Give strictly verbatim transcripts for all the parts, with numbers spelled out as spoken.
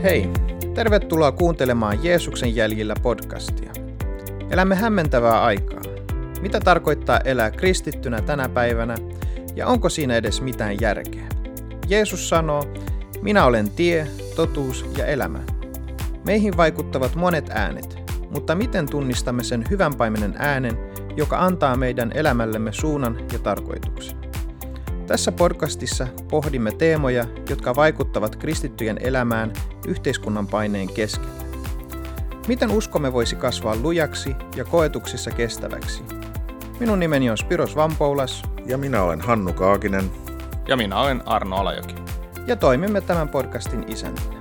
Hei, tervetuloa kuuntelemaan Jeesuksen jäljillä podcastia. Elämme hämmentävää aikaa. Mitä tarkoittaa elää kristittynä tänä päivänä ja onko siinä edes mitään järkeä? Jeesus sanoo, minä olen tie, totuus ja elämä. Meihin vaikuttavat monet äänet, mutta miten tunnistamme sen hyvänpaimenen äänen, joka antaa meidän elämällemme suunnan ja tarkoituksen? Tässä podcastissa pohdimme teemoja, jotka vaikuttavat kristittyjen elämään yhteiskunnan paineen keskellä. Miten uskomme voisi kasvaa lujaksi ja koetuksissa kestäväksi? Minun nimeni on Spiros Vampoulas. Ja minä olen Hannu Kaakinen. Ja minä olen Arno Alajoki. Ja toimimme tämän podcastin isäntinä.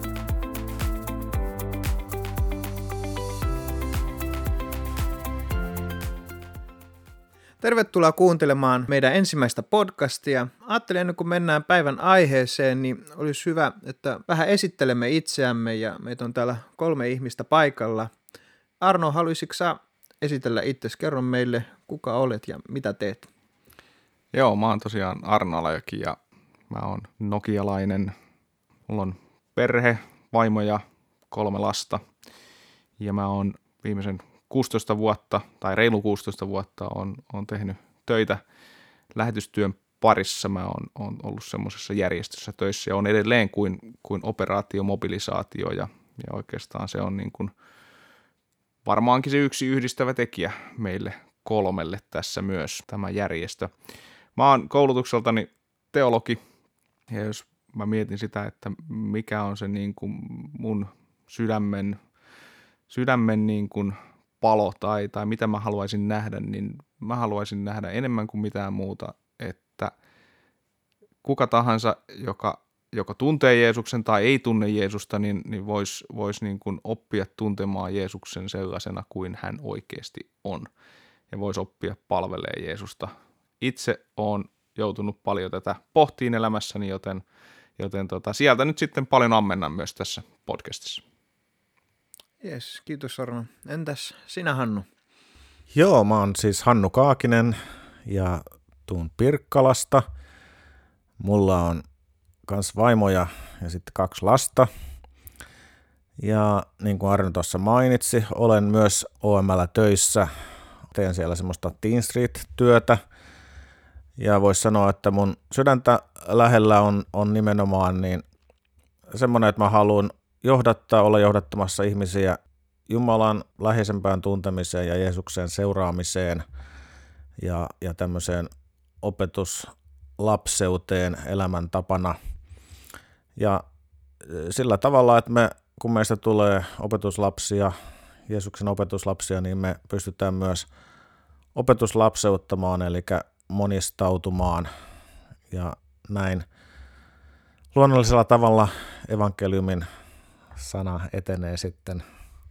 Tervetuloa kuuntelemaan meidän ensimmäistä podcastia. Ajattelin, ennen kuin mennään päivän aiheeseen, niin olisi hyvä, että vähän esittelemme itseämme ja meitä on täällä kolme ihmistä paikalla. Arno, haluaisitko sä esitellä itsesi? Kerro meille, kuka olet ja mitä teet. Joo, mä oon tosiaan Arno Alajoki ja mä oon nokialainen. Mulla on perhe, vaimo ja kolme lasta. Ja mä oon viimeisen kuusitoista vuotta, tai reilu kuusitoista vuotta, on, on tehnyt töitä lähetystyön parissa. Mä oon, oon ollut semmoisessa järjestössä töissä ja on edelleen kuin, kuin operaatio, mobilisaatio ja, ja oikeastaan se on niin kuin varmaankin se yksi yhdistävä tekijä meille kolmelle tässä myös tämä järjestö. Mä oon koulutukseltani teologi ja jos mä mietin sitä, että mikä on se niin kuin mun sydämen, sydämen niin kuin palo tai, tai mitä mä haluaisin nähdä, niin mä haluaisin nähdä enemmän kuin mitään muuta, että kuka tahansa, joka, joka tuntee Jeesuksen tai ei tunne Jeesusta, niin, niin voisi vois niin kuin oppia tuntemaan Jeesuksen sellaisena kuin hän oikeasti on. Ja voisi oppia palvelemaan Jeesusta. Itse olen joutunut paljon tätä pohtiin elämässäni, joten, joten tota, sieltä nyt sitten paljon ammennan myös tässä podcastissa. Jes, kiitos Arno. Entäs sinä, Hannu? Joo, mä oon siis Hannu Kaakinen ja tuun Pirkkalasta. Mulla on kans vaimoja ja sitten kaksi lasta. Ja niin kuin Arno tuossa mainitsi, olen myös O M:llä töissä. Teen siellä semmoista Teen Street-työtä. Ja voisi sanoa, että mun sydäntä lähellä on, on nimenomaan niin semmoinen, että mä haluan johdattaa, olla johdattamassa ihmisiä Jumalan läheisempään tuntemiseen ja Jeesuksen seuraamiseen ja, ja tämmöiseen opetuslapseuteen elämäntapana. Ja sillä tavalla, että me, kun meistä tulee opetuslapsia, Jeesuksen opetuslapsia, niin me pystytään myös opetuslapseuttamaan, eli monistautumaan ja näin luonnollisella tavalla evankeliumin sana etenee sitten.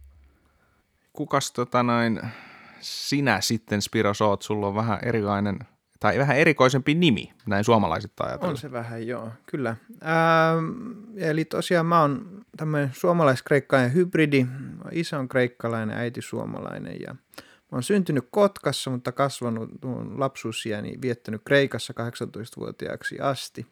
Kukas tota noin, sinä sitten, Spiros, oot? Sulla on vähän erilainen, tai vähän erikoisempi nimi, näin suomalaiset ajatellen. On se vähän, joo, kyllä. Ää, eli tosiaan mä oon tämmöinen suomalais-kreikkalainen hybridi. Isä on kreikkalainen, äiti suomalainen ja mä oon syntynyt Kotkassa, mutta kasvanut lapsuusiäni viettänyt Kreikassa kahdeksantoistavuotiaaksi asti.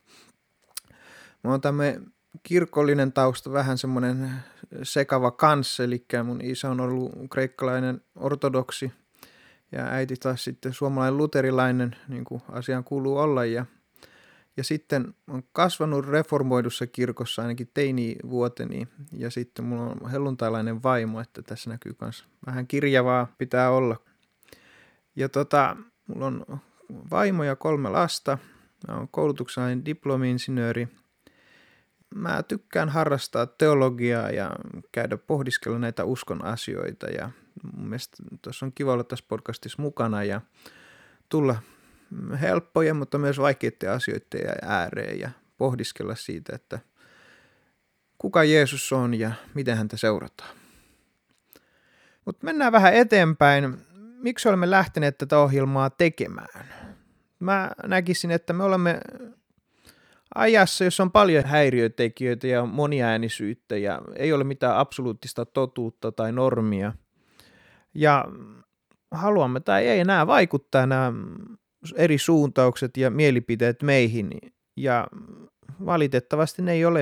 Mä oon tämmöinen kirkollinen tausta, vähän semmoinen sekava kanssa, eli mun isä on ollut kreikkalainen ortodoksi ja äiti taas sitten suomalainen luterilainen, niin kuin asiaan kuuluu olla. Ja, ja sitten on kasvanut reformoidussa kirkossa ainakin teini-vuoteni ja sitten mulla on helluntailainen vaimo, että tässä näkyy myös vähän kirjavaa pitää olla. Ja tota, mulla on vaimo ja kolme lasta, mä oon koulutuksellinen diplomi-insinööri. Mä tykkään harrastaa teologiaa ja käydä pohdiskella näitä uskon asioita ja mun mielestä tuossa on kiva olla tässä podcastissa mukana ja tulla helppojen, mutta myös vaikeiden asioiden ääreen ja pohdiskella siitä, että kuka Jeesus on ja miten häntä seurataan. Mutta mennään vähän eteenpäin. Miksi olemme lähteneet tätä ohjelmaa tekemään? Mä näkisin, että me olemme ajassa, jossa on paljon häiriötekijöitä ja moniäänisyyttä ja ei ole mitään absoluuttista totuutta tai normia. Ja haluamme tai ei enää vaikuttaa nämä eri suuntaukset ja mielipiteet meihin. Ja valitettavasti ne ei ole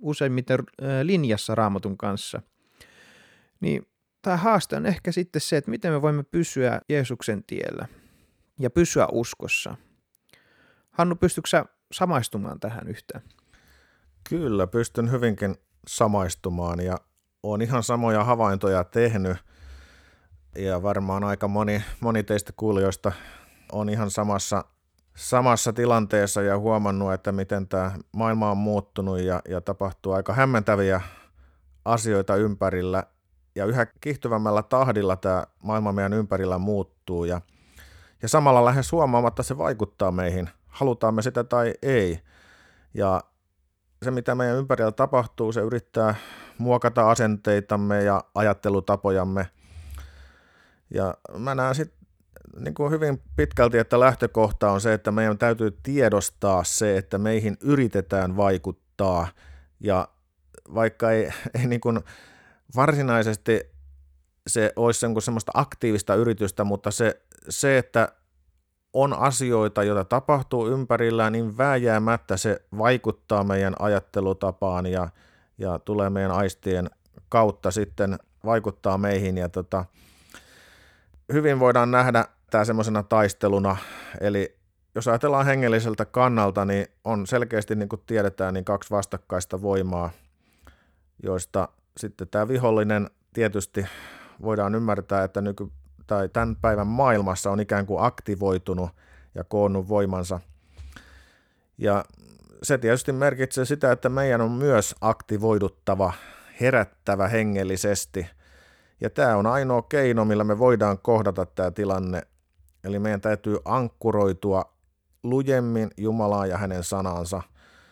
useimmiten linjassa Raamatun kanssa. Niin tämä haaste on ehkä sitten se, että miten me voimme pysyä Jeesuksen tiellä ja pysyä uskossa. Hannu, pystytkö sä samaistumaan tähän yhtään? Kyllä, pystyn hyvinkin samaistumaan ja olen ihan samoja havaintoja tehnyt ja varmaan aika moni, moni teistä kuulijoista on ihan samassa, samassa tilanteessa ja huomannut, että miten tämä maailma on muuttunut ja, ja tapahtuu aika hämmentäviä asioita ympärillä ja yhä kiihtyvämmällä tahdilla tämä maailma meidän ympärillä muuttuu ja, ja samalla lähes huomaamatta se vaikuttaa meihin, halutaan me sitä tai ei. Ja se, mitä meidän ympärillä tapahtuu, se yrittää muokata asenteitamme ja ajattelutapojamme. Ja mä näen sitten niin kuin hyvin pitkälti, että lähtökohta on se, että meidän täytyy tiedostaa se, että meihin yritetään vaikuttaa. Ja vaikka ei, ei niin kuin varsinaisesti se olisi semmoista aktiivista yritystä, mutta se, se, että on asioita, joita tapahtuu ympärillään, niin vääjäämättä se vaikuttaa meidän ajattelutapaan ja, ja tulee meidän aistien kautta sitten vaikuttaa meihin. Ja tota, hyvin voidaan nähdä tämä semmoisena taisteluna, eli jos ajatellaan hengelliseltä kannalta, niin on selkeästi, niin kuin tiedetään, niin kaksi vastakkaista voimaa, joista sitten tämä vihollinen tietysti voidaan ymmärtää, että nyky tai tämän päivän maailmassa on ikään kuin aktivoitunut ja koonnut voimansa. Ja se tietysti merkitsee sitä, että meidän on myös aktivoiduttava, herättävä hengellisesti. Ja tämä on ainoa keino, millä me voidaan kohdata tämä tilanne. Eli meidän täytyy ankkuroitua lujemmin Jumalaan ja hänen sanansa.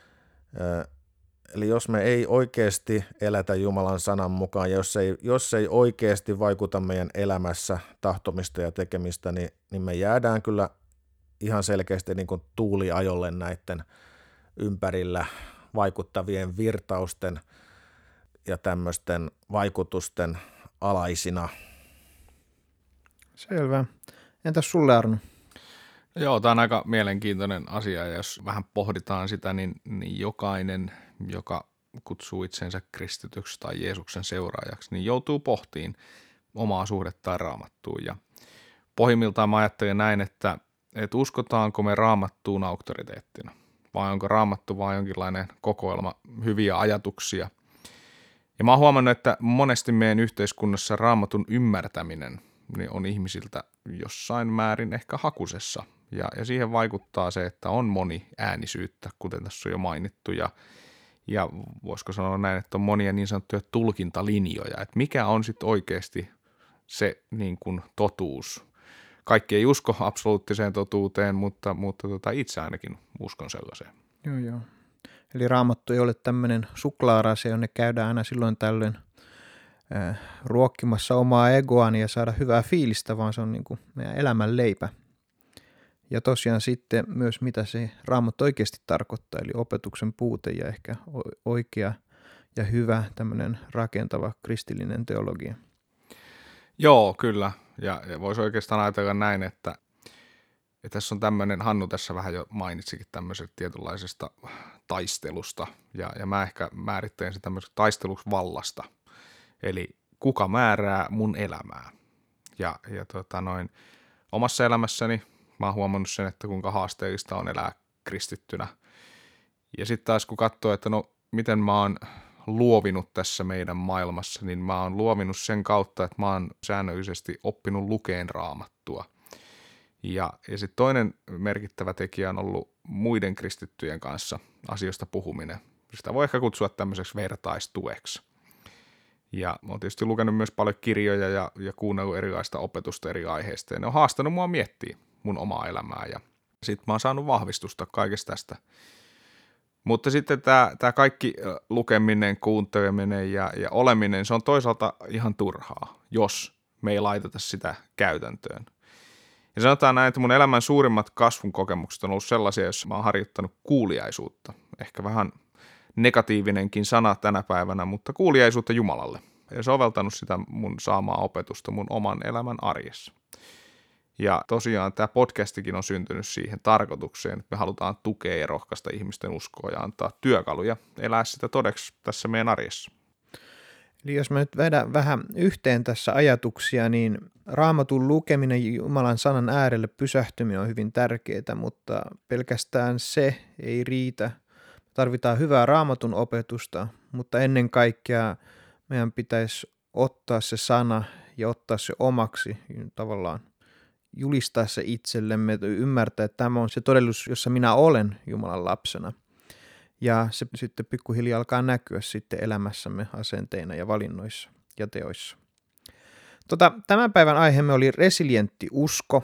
Eli jos me ei oikeasti elätä Jumalan sanan mukaan, ja jos ei, jos ei oikeasti vaikuta meidän elämässä tahtomista ja tekemistä, niin, niin me jäädään kyllä ihan selkeästi niin kuin tuuliajolle näiden ympärillä vaikuttavien virtausten ja tämmöisten vaikutusten alaisina. Selvä. Entäs sulle, Arno? Joo, tämä on aika mielenkiintoinen asia, ja jos vähän pohditaan sitä, niin, niin jokainen, joka kutsuu itsensä kristityksi tai Jeesuksen seuraajaksi, niin joutuu pohtiin omaa suhdettaan Raamattuun. Ja pohjimmiltaan mä ajattelen näin, että, että uskotaanko me Raamattuun auktoriteettina, vai onko Raamattu vain jonkinlainen kokoelma hyviä ajatuksia. Ja mä oon huomannut, että monesti meidän yhteiskunnassa Raamatun ymmärtäminen niin on ihmisiltä jossain määrin ehkä hakusessa. Ja, ja siihen vaikuttaa se, että on moni äänisyyttä, kuten tässä on jo mainittu, ja, ja voisiko sanoa näin, että on monia niin sanottuja tulkintalinjoja, että mikä on sitten oikeasti se niin kuin totuus. Kaikki ei usko absoluuttiseen totuuteen, mutta, mutta tota, itse ainakin uskon sellaiseen. Joo, joo. Eli Raamattu ei ole tämmöinen suklaarase, jonne käydään aina silloin tällöin äh, ruokkimassa omaa egoaan ja saada hyvää fiilistä, vaan se on niin kuin meidän elämän leipä. Ja tosiaan sitten myös mitä se Raamattu oikeasti tarkoittaa, eli opetuksen puute ja ehkä oikea ja hyvä tämmöinen rakentava kristillinen teologia. Joo, kyllä. Ja, ja voisi oikeastaan ajatella näin, että, että tässä on tämmöinen, Hannu tässä vähän jo mainitsikin tämmöisestä tietynlaisesta taistelusta, ja, ja mä ehkä määrittelen se tämmöiseksi taisteluksi vallasta. Eli kuka määrää mun elämää. Ja, ja tota noin, omassa elämässäni mä oon huomannut sen, että kuinka haasteellista on elää kristittynä. Ja sitten taas kun katsoo, että no miten mä oon luovinut tässä meidän maailmassa, niin mä oon luovinut sen kautta, että mä oon säännöllisesti oppinut lukeen Raamattua. Ja, ja sitten toinen merkittävä tekijä on ollut muiden kristittyjen kanssa asioista puhuminen. Sitä voi ehkä kutsua tämmöiseksi vertaistueksi. Ja mä oon tietysti lukenut myös paljon kirjoja ja, ja kuunnellut erilaista opetusta eri aiheista, ja ne on haastanut mua miettiä mun omaa elämää, ja sit mä oon saanut vahvistusta kaikesta tästä. Mutta sitten tää, tää kaikki lukeminen, kuunteleminen ja, ja oleminen, se on toisaalta ihan turhaa, jos me ei laiteta sitä käytäntöön. Ja sanotaan näin, että mun elämän suurimmat kasvun kokemukset on ollut sellaisia, joissa mä oon harjoittanut kuuliaisuutta. Ehkä vähän negatiivinenkin sana tänä päivänä, mutta kuuliaisuutta Jumalalle. Ja soveltanut sitä mun saamaa opetusta mun oman elämän arjessa. Ja tosiaan tämä podcastikin on syntynyt siihen tarkoitukseen, että me halutaan tukea ja rohkaista ihmisten uskoa ja antaa työkaluja elää sitä todeksi tässä meidän arjessa. Eli jos mä nyt vedän vähän yhteen tässä ajatuksia, niin Raamatun lukeminen, Jumalan sanan äärelle pysähtyminen on hyvin tärkeää, mutta pelkästään se ei riitä. Tarvitaan hyvää Raamatun opetusta, mutta ennen kaikkea meidän pitäisi ottaa se sana ja ottaa se omaksi, tavallaan julistaa se itsellemme, ymmärtää, että tämä on se todellisuus, jossa minä olen Jumalan lapsena. Ja se sitten pikkuhiljaa alkaa näkyä sitten elämässämme asenteina ja valinnoissa ja teoissa. Tota, tämän päivän aiheemme oli resilientti usko.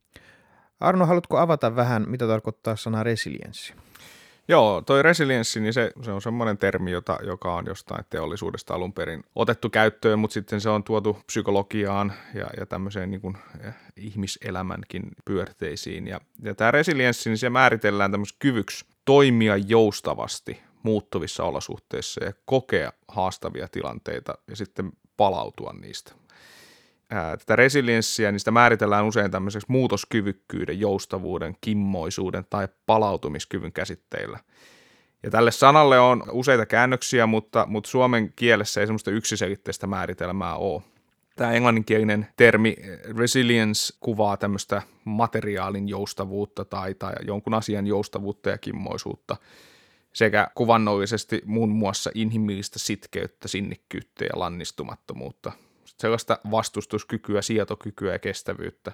Arno, haluatko avata vähän, mitä tarkoittaa sana resilienssi? Joo, toi resilienssi, niin se, se on semmoinen termi, jota, joka on jostain teollisuudesta alun perin otettu käyttöön, mutta sitten se on tuotu psykologiaan ja, ja tämmöiseen niin kuin ihmiselämänkin pyörteisiin. Ja, ja tämä resilienssi, niin se määritellään tämmöisessä kyvyksi toimia joustavasti muuttuvissa olosuhteissa ja kokea haastavia tilanteita ja sitten palautua niistä. Ää, tätä resilienssiä, niin sitä määritellään usein tämmöiseksi muutoskyvykkyyden, joustavuuden, kimmoisuuden tai palautumiskyvyn käsitteillä. Ja tälle sanalle on useita käännöksiä, mutta, mutta suomen kielessä ei semmoista yksiselitteistä määritelmää ole. Tämä englanninkielinen termi resilience kuvaa tämmöistä materiaalin joustavuutta tai, tai jonkun asian joustavuutta ja kimmoisuutta sekä kuvannollisesti muun muassa inhimillistä sitkeyttä, sinnikkyyttä ja lannistumattomuutta. Sellaista vastustuskykyä, sietokykyä ja kestävyyttä.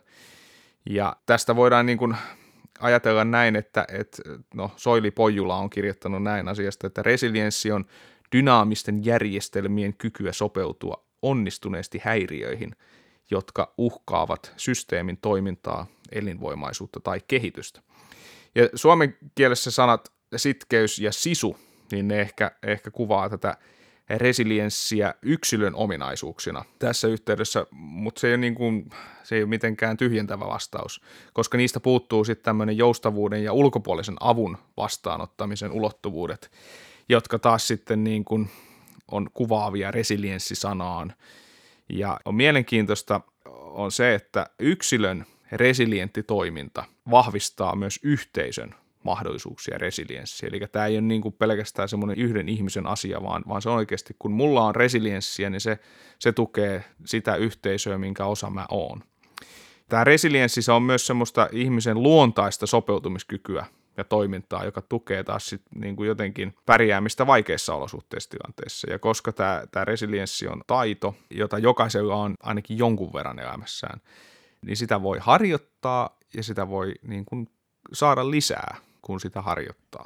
Ja tästä voidaan niin kuin ajatella näin, että, että no, Soili Pojula on kirjoittanut näin asiasta, että resilienssi on dynaamisten järjestelmien kykyä sopeutua onnistuneesti häiriöihin, jotka uhkaavat systeemin toimintaa, elinvoimaisuutta tai kehitystä. Ja suomen kielessä sanat sitkeys ja sisu, niin ne ehkä, ehkä kuvaa tätä resilienssiä yksilön ominaisuuksina tässä yhteydessä, mutta se ei ole, niin kuin, se ei ole mitenkään tyhjentävä vastaus, koska niistä puuttuu sitten tämmöinen joustavuuden ja ulkopuolisen avun vastaanottamisen ulottuvuudet, jotka taas sitten niin kuin on kuvaavia resilienssisanaan. Ja on mielenkiintoista on se, että yksilön resilientti toiminta vahvistaa myös yhteisön mahdollisuuksia resilienssiä. Eli tämä ei ole niin kuin pelkästään semmoinen yhden ihmisen asia, vaan, vaan se on oikeasti, kun mulla on resilienssiä, niin se, se tukee sitä yhteisöä, minkä osa mä oon. Tämä resilienssi, se on myös semmoista ihmisen luontaista sopeutumiskykyä ja toimintaa, joka tukee taas sit niin kuin jotenkin pärjäämistä vaikeissa olosuhteissa tilanteissa. Ja koska tämä, tämä resilienssi on taito, jota jokaisella on ainakin jonkun verran elämässään, niin sitä voi harjoittaa ja sitä voi niin kuin saada lisää, kun sitä harjoittaa.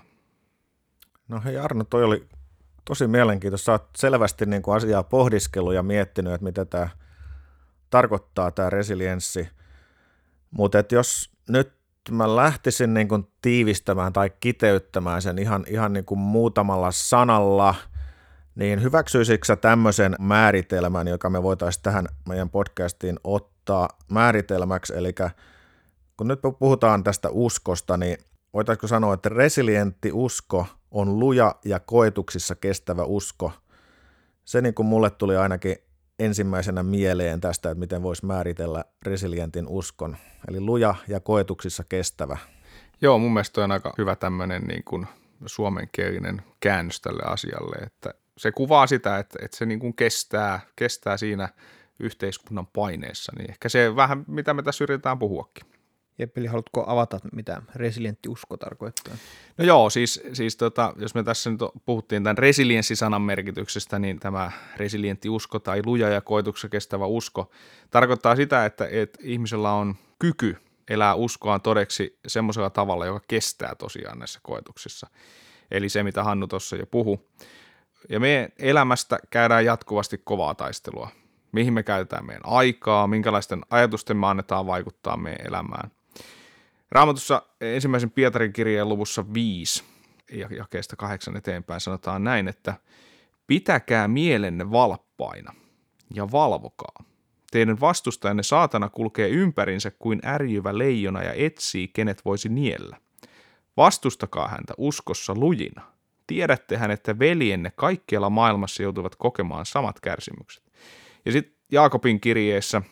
No hei Arno, toi oli tosi mielenkiintoista. Sä oot selvästi niin kuin asiaa pohdiskellut ja miettinyt, että mitä tämä tarkoittaa, tämä resilienssi. Mutta jos nyt mä lähtisin niin kuin tiivistämään tai kiteyttämään sen ihan, ihan niin kuin muutamalla sanalla, niin hyväksyisitkö sä tämmöisen määritelmän, joka me voitaisiin tähän meidän podcastiin ottaa määritelmäksi, eli kun nyt puhutaan tästä uskosta, niin voitaisiinko sanoa, että resilientti usko on luja ja koetuksissa kestävä usko. Se niin kuin mulle tuli ainakin ensimmäisenä mieleen tästä, että miten voisi määritellä resilientin uskon. Eli luja ja koetuksissa kestävä. Joo, mun mielestä on aika hyvä tämmöinen niin kuin suomenkielinen käännös tälle asialle, että se kuvaa sitä, että, että se niin kuin kestää, kestää siinä yhteiskunnan paineessa, niin ehkä se vähän, mitä me tässä yritetään puhuakin. Jeppeli, haluatko avata, mitä resilientti usko tarkoittaa? No joo, siis, siis tota, jos me tässä nyt puhuttiin tämän resilienssisanan merkityksestä, niin tämä resilientti usko tai luja ja koetuksessa kestävä usko tarkoittaa sitä, että, että ihmisellä on kyky elää uskoaan todeksi semmoisella tavalla, joka kestää tosiaan näissä koetuksissa. Eli se, mitä Hannu tuossa jo puhui. Ja meidän elämästä käydään jatkuvasti kovaa taistelua. Mihin me käytetään meidän aikaa, minkälaisten ajatusten me annetaan vaikuttaa meidän elämään. Raamatussa ensimmäisen Pietarin kirjeen luvussa viisi ja jakeesta kahdeksan eteenpäin sanotaan näin, että pitäkää mielenne valppaina ja valvokaa. Teidän vastustajanne saatana kulkee ympärinsä kuin ärjyvä leijona ja etsii, kenet voisi niellä. Vastustakaa häntä uskossa lujina. Tiedättehän, että veljenne kaikkialla maailmassa joutuvat kokemaan samat kärsimykset. Ja sitten Jaakobin kirjeessä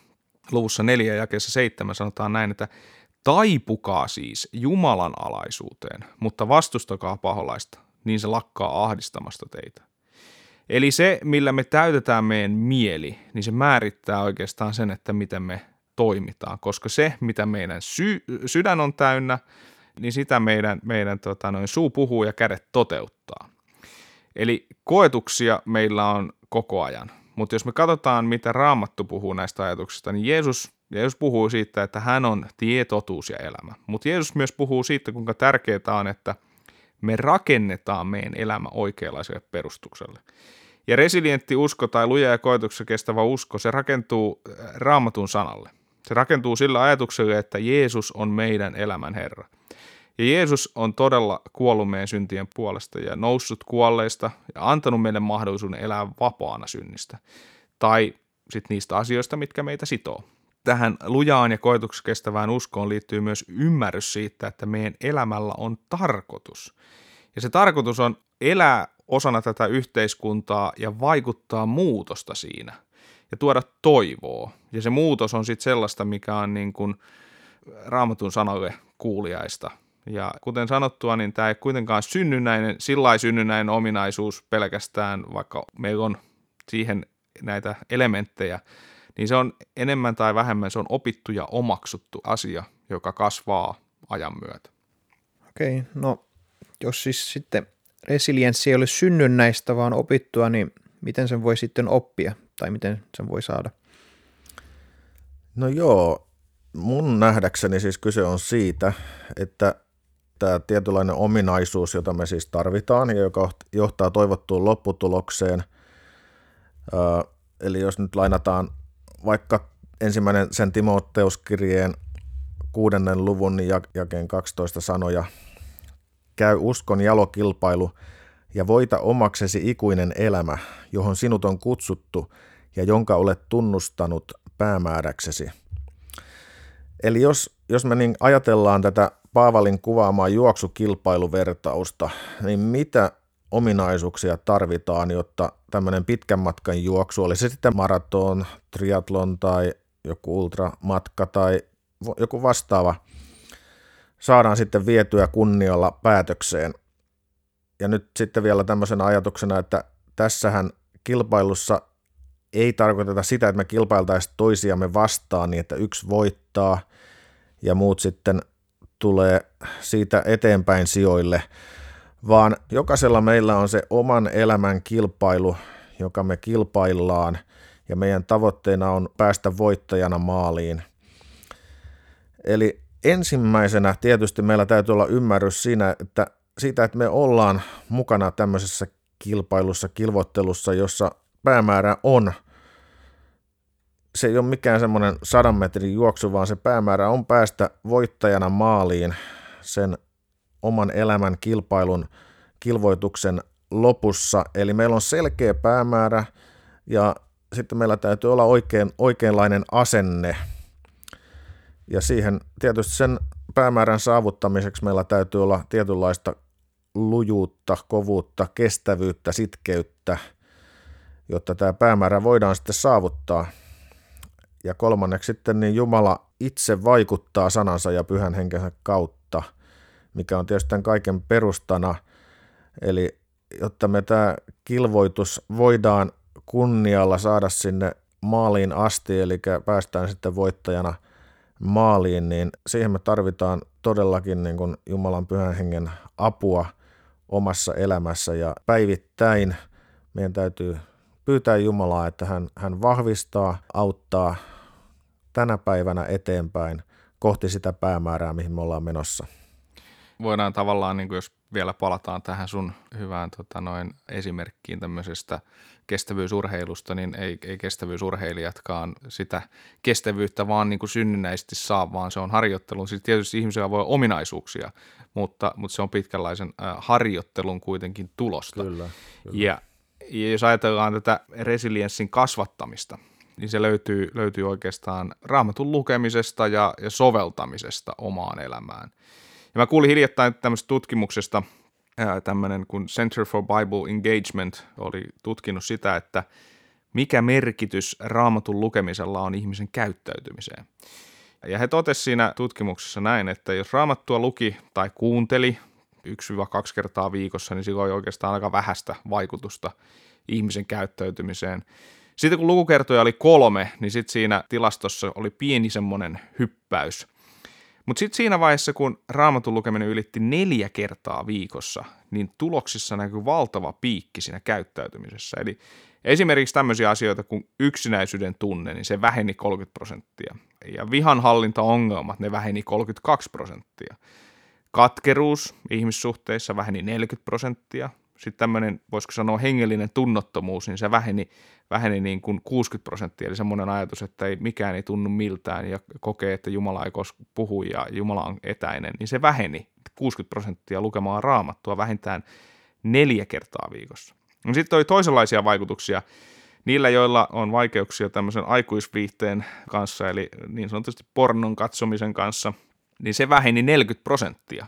luvussa neljä jakeessa seitsemän sanotaan näin, että taipukaa siis Jumalan alaisuuteen, mutta vastustakaa paholaista, niin se lakkaa ahdistamasta teitä. Eli se, millä me täytetään meidän mieli, niin se määrittää oikeastaan sen, että miten me toimitaan, koska se, mitä meidän sy- sydän on täynnä, niin sitä meidän, meidän tota, noin, suu puhuu ja kädet toteuttaa. Eli koetuksia meillä on koko ajan, mutta jos me katsotaan, mitä Raamattu puhuu näistä ajatuksista, niin Jeesus, Jeesus puhuu siitä, että hän on tie, totuus ja elämä. Mutta Jeesus myös puhuu siitä, kuinka tärkeää on, että me rakennetaan meidän elämä oikeanlaiselle perustukselle. Ja resilientti usko tai luja ja koetuksessa kestävä usko, se rakentuu Raamatun sanalle. Se rakentuu sillä ajatuksella, että Jeesus on meidän elämän Herra. Ja Jeesus on todella kuollut meidän syntien puolesta ja noussut kuolleista ja antanut meille mahdollisuuden elää vapaana synnistä. Tai sitten niistä asioista, mitkä meitä sitoo. Tähän lujaan ja koetuksessa kestävään uskoon liittyy myös ymmärrys siitä, että meidän elämällä on tarkoitus. Ja se tarkoitus on elää osana tätä yhteiskuntaa ja vaikuttaa muutosta siinä ja tuoda toivoa. Ja se muutos on sitten sellaista, mikä on niin kuin Raamatun sanalle kuuliaista. Ja kuten sanottua, niin tämä ei kuitenkaan synnynnäinen, sillai synnynnäinen ominaisuus pelkästään, vaikka meillä on siihen näitä elementtejä, niin se on enemmän tai vähemmän, se on opittu ja omaksuttu asia, joka kasvaa ajan myötä. Okei, no jos siis sitten resilienssi ei ole synnynnäistä, vaan opittua, niin miten sen voi sitten oppia tai miten sen voi saada? No joo, mun nähdäkseni siis kyse on siitä, että tämä tietynlainen ominaisuus, jota me siis tarvitaan ja joka johtaa toivottuun lopputulokseen, eli jos nyt lainataan vaikka ensimmäinen sen Timoteuskirjeen kuudennen luvun jakeen kaksitoista sanoja, käy uskon jalokilpailu ja voita omaksesi ikuinen elämä, johon sinut on kutsuttu ja jonka olet tunnustanut päämääräksesi. Eli jos, jos me niin ajatellaan tätä Paavalin kuvaamaa juoksukilpailuvertausta, niin mitä ominaisuuksia tarvitaan, jotta tämmöinen pitkän matkan juoksu, oli se sitten maraton, triatlon tai joku ultramatka tai joku vastaava, saadaan sitten vietyä kunnialla päätökseen. Ja nyt sitten vielä tämmöisenä ajatuksena, että tässähän kilpailussa ei tarkoiteta sitä, että me kilpailtaisiin toisiamme vastaan niin, että yksi voittaa ja muut sitten tulee siitä eteenpäin sijoille, vaan jokaisella meillä on se oman elämän kilpailu, joka me kilpaillaan ja meidän tavoitteena on päästä voittajana maaliin. Eli ensimmäisenä tietysti meillä täytyy olla ymmärrys siinä, että siitä, että me ollaan mukana tämmöisessä kilpailussa, kilvottelussa, jossa päämäärä on, se ei ole mikään semmoinen sadan metrin juoksu, vaan se päämäärä on päästä voittajana maaliin sen oman elämän kilpailun, kilvoituksen lopussa. Eli meillä on selkeä päämäärä ja sitten meillä täytyy olla oikein, oikeanlainen asenne. Ja siihen tietysti sen päämäärän saavuttamiseksi meillä täytyy olla tietynlaista lujuutta, kovuutta, kestävyyttä, sitkeyttä, jotta tämä päämäärä voidaan sitten saavuttaa. Ja kolmanneksi sitten niin Jumala itse vaikuttaa sanansa ja pyhän henkensä kautta, mikä on tietysti tämän kaiken perustana. Eli jotta me tämä kilvoitus voidaan kunnialla saada sinne maaliin asti, eli päästään sitten voittajana maaliin, niin siihen me tarvitaan todellakin niin kuin Jumalan pyhän hengen apua omassa elämässä ja päivittäin meidän täytyy pyytää Jumalaa, että hän, hän vahvistaa, auttaa tänä päivänä eteenpäin kohti sitä päämäärää, mihin me ollaan menossa. Voidaan tavallaan, niin kuin jos vielä palataan tähän sun hyvään tota, noin esimerkkiin tämmöisestä kestävyysurheilusta, niin ei, ei kestävyysurheilijatkaan sitä kestävyyttä vaan niin kuin synnynnäisesti saa, vaan se on harjoittelun. Siis tietysti ihmisellä voi olla ominaisuuksia, mutta, mutta se on pitkänlaisen äh, harjoittelun kuitenkin tulosta. Kyllä, kyllä. Ja, ja jos ajatellaan tätä resilienssin kasvattamista, niin se löytyy, löytyy oikeastaan Raamatun lukemisesta ja, ja soveltamisesta omaan elämään. Ja mä kuulin hiljattain tämmöisestä tutkimuksesta, tämmöinen kuin Center for Bible Engagement oli tutkinut sitä, että mikä merkitys Raamatun lukemisella on ihmisen käyttäytymiseen. Ja he totesivat siinä tutkimuksessa näin, että jos Raamattua luki tai kuunteli yksi kaksi kertaa viikossa, niin sillä oli oikeastaan aika vähäistä vaikutusta ihmisen käyttäytymiseen. Sitten kun lukukertoja oli kolme, niin sitten siinä tilastossa oli pieni semmoinen hyppäys. Mutta sitten siinä vaiheessa, kun Raamatun lukeminen ylitti neljä kertaa viikossa, niin tuloksissa näkyy valtava piikki siinä käyttäytymisessä. Eli esimerkiksi tämmöisiä asioita kuin yksinäisyyden tunne, niin se väheni kolmekymmentä prosenttia. Ja vihanhallintaongelmat, ne väheni kolmekymmentäkaksi prosenttia. Katkeruus ihmissuhteissa väheni neljäkymmentä prosenttia. Sitten tämmöinen, voisiko sanoa hengellinen tunnottomuus, niin se väheni, väheni niin kuin kuusikymmentä prosenttia. Eli semmoinen ajatus, että ei, mikään ei tunnu miltään ja kokee, että Jumala ei koskaan puhu ja Jumala on etäinen, niin se väheni kuusikymmentä prosenttia lukemaan Raamattua vähintään neljä kertaa viikossa. No sitten oli toisenlaisia vaikutuksia niillä, joilla on vaikeuksia tämmöisen aikuisviihteen kanssa, eli niin sanotusti pornon katsomisen kanssa, niin se väheni neljäkymmentä prosenttia.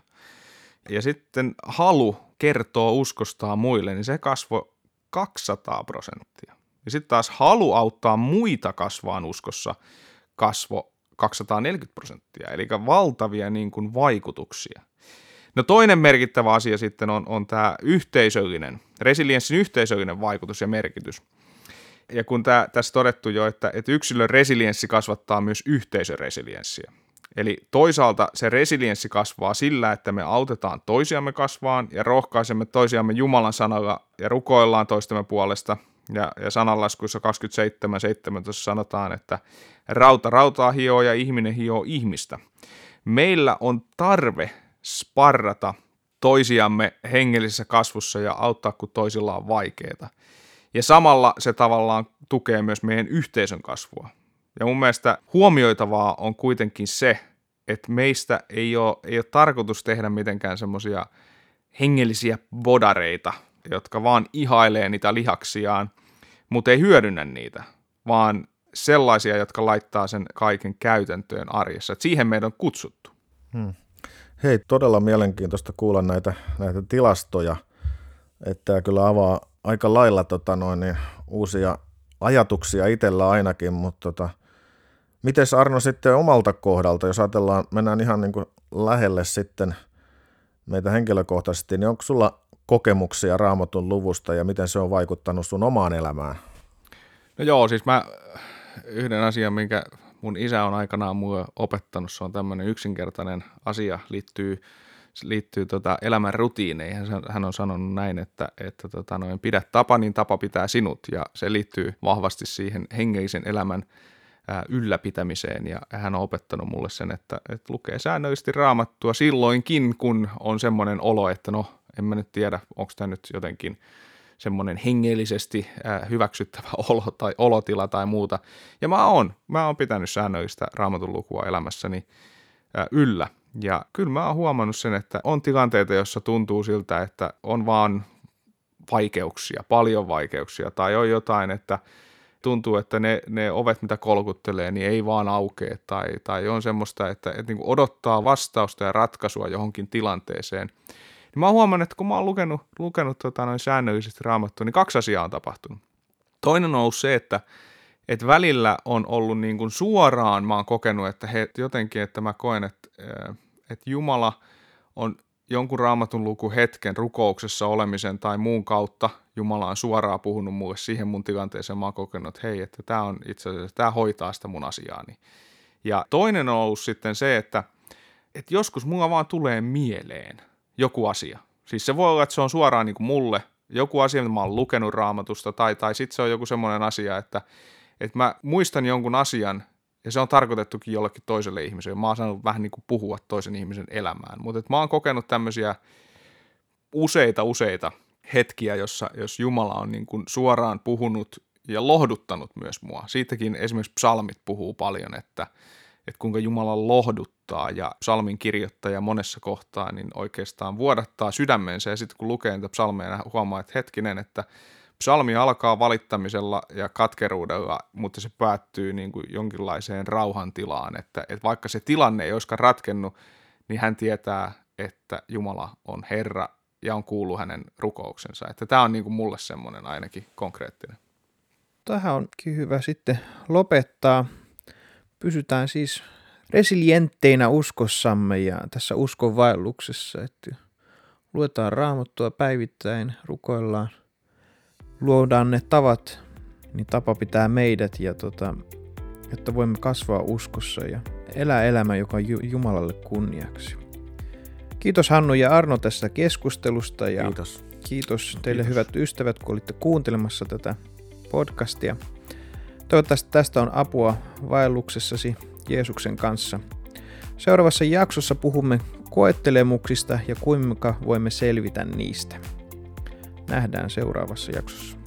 Ja sitten halu kertoo uskostaan muille, niin se kasvoi kaksisataa prosenttia. Ja sitten taas halu auttaa muita kasvaan uskossa kasvoi kaksisataaneljäkymmentä prosenttia, eli valtavia niin kuin vaikutuksia. No toinen merkittävä asia sitten on, on tämä yhteisöllinen, resilienssin yhteisöllinen vaikutus ja merkitys. Ja kun tämä, tässä todettu jo, että, että yksilön resilienssi kasvattaa myös yhteisön resilienssiä. Eli toisaalta se resilienssi kasvaa sillä, että me autetaan toisiamme kasvaan ja rohkaisemme toisiamme Jumalan sanalla ja rukoillaan toistemme puolesta. Ja, ja sananlaskuissa kaksikymmentäseitsemän seitsemäntoista sanotaan, että rauta rautaa hioo ja ihminen hioo ihmistä. Meillä on tarve sparrata toisiamme hengellisessä kasvussa ja auttaa, kun toisilla on vaikeaa. Ja samalla se tavallaan tukee myös meidän yhteisön kasvua. Ja mun mielestä huomioitavaa on kuitenkin se, että meistä ei ole, ei ole tarkoitus tehdä mitenkään semmoisia hengellisiä bodareita, jotka vaan ihailee niitä lihaksiaan, mutta ei hyödynnä niitä, vaan sellaisia, jotka laittaa sen kaiken käytäntöön arjessa. Et siihen meidän on kutsuttu. Hmm. Hei, todella mielenkiintoista kuulla näitä, näitä tilastoja, että tämä kyllä avaa aika lailla tota noin, niin, uusia ajatuksia itsellä ainakin, mutta tota, miten Arno sitten omalta kohdalta, jos ajatellaan, mennään ihan niin kuin lähelle sitten meitä henkilökohtaisesti, niin onko sulla kokemuksia Raamatun luvusta ja miten se on vaikuttanut sun omaan elämään? No joo, siis mä yhden asian, minkä mun isä on aikanaan mulle opettanut, se on tämmöinen yksinkertainen asia, liittyy, liittyy tota elämän rutiineihin. Hän on sanonut näin, että, että tota noin, pidä tapa, niin tapa pitää sinut, ja se liittyy vahvasti siihen hengellisen elämän ää, ylläpitämiseen, ja hän on opettanut mulle sen, että, että lukee säännöllisesti Raamattua silloinkin, kun on semmoinen olo, että no, en mä nyt tiedä, onko tämä nyt jotenkin semmoinen hengellisesti hyväksyttävä olo tai olotila tai muuta. Ja mä oon, mä oon pitänyt säännöllistä Raamatun lukua elämässäni yllä. Ja kyllä mä oon huomannut sen, että on tilanteita, jossa tuntuu siltä, että on vaan vaikeuksia, paljon vaikeuksia, tai on jotain, että tuntuu, että ne, ne ovet, mitä kolkuttelee, niin ei vaan aukee, tai, tai on semmoista, että, että niin kuin odottaa vastausta ja ratkaisua johonkin tilanteeseen. Mä oon huomannut, että kun mä oon lukenut, lukenut tota, noin säännöllisesti Raamattua, niin kaksi asiaa on tapahtunut. Toinen on ollut se, että, että välillä on ollut niin kuin suoraan, mä oon kokenut, että he, jotenkin, että mä koen, että, että Jumala on jonkun Raamatun luku hetken rukouksessa olemisen tai muun kautta, Jumala on suoraan puhunut mulle siihen mun tilanteeseen, mä oon kokenut, että hei, että tää on itse asiassa, tää hoitaa sitä mun asiaani. Ja toinen on ollut sitten se, että, että joskus mulla vaan tulee mieleen joku asia. Siis se voi olla, että se on suoraan niin kuin mulle joku asia, mitä mä oon lukenut Raamatusta, tai, tai sitten se on joku semmoinen asia, että, että mä muistan jonkun asian, ja se on tarkoitettukin jollekin toiselle ihmiselle. Mä oon saanut vähän niin kuin puhua toisen ihmisen elämään, mutta mä oon kokenut tämmöisiä useita, useita hetkiä, jossa jos Jumala on niin kuin suoraan puhunut ja lohduttanut myös mua. Siitäkin esimerkiksi psalmit puhuu paljon, että että kuinka Jumala lohduttaa, ja psalmin kirjoittaja monessa kohtaa niin oikeastaan vuodattaa sydämensä, ja sitten kun lukee niitä psalmeja, huomaa, että hetkinen, että psalmi alkaa valittamisella ja katkeruudella, mutta se päättyy niin kuin jonkinlaiseen rauhantilaan, että, että vaikka se tilanne ei olisikaan ratkennut, niin hän tietää, että Jumala on Herra ja on kuullut hänen rukouksensa. Että tämä on niin kuin mulle semmoinen ainakin konkreettinen. tähän onkin hyvä sitten lopettaa. Pysytään siis resilientteinä uskossamme ja tässä uskonvaelluksessa, että luetaan Raamattua päivittäin, rukoillaan, luodaan ne tavat, niin tapa pitää meidät, ja tota, että voimme kasvaa uskossa ja elää elämä, joka on Jumalalle kunniaksi. Kiitos Hannu ja Arno tästä keskustelusta ja Kiitos. kiitos teille Kiitos. hyvät ystävät, kun olitte kuuntelemassa tätä podcastia. Toivottavasti tästä on apua vaelluksessasi Jeesuksen kanssa. Seuraavassa jaksossa puhumme koettelemuksista ja kuinka voimme selvitä niistä. Nähdään seuraavassa jaksossa.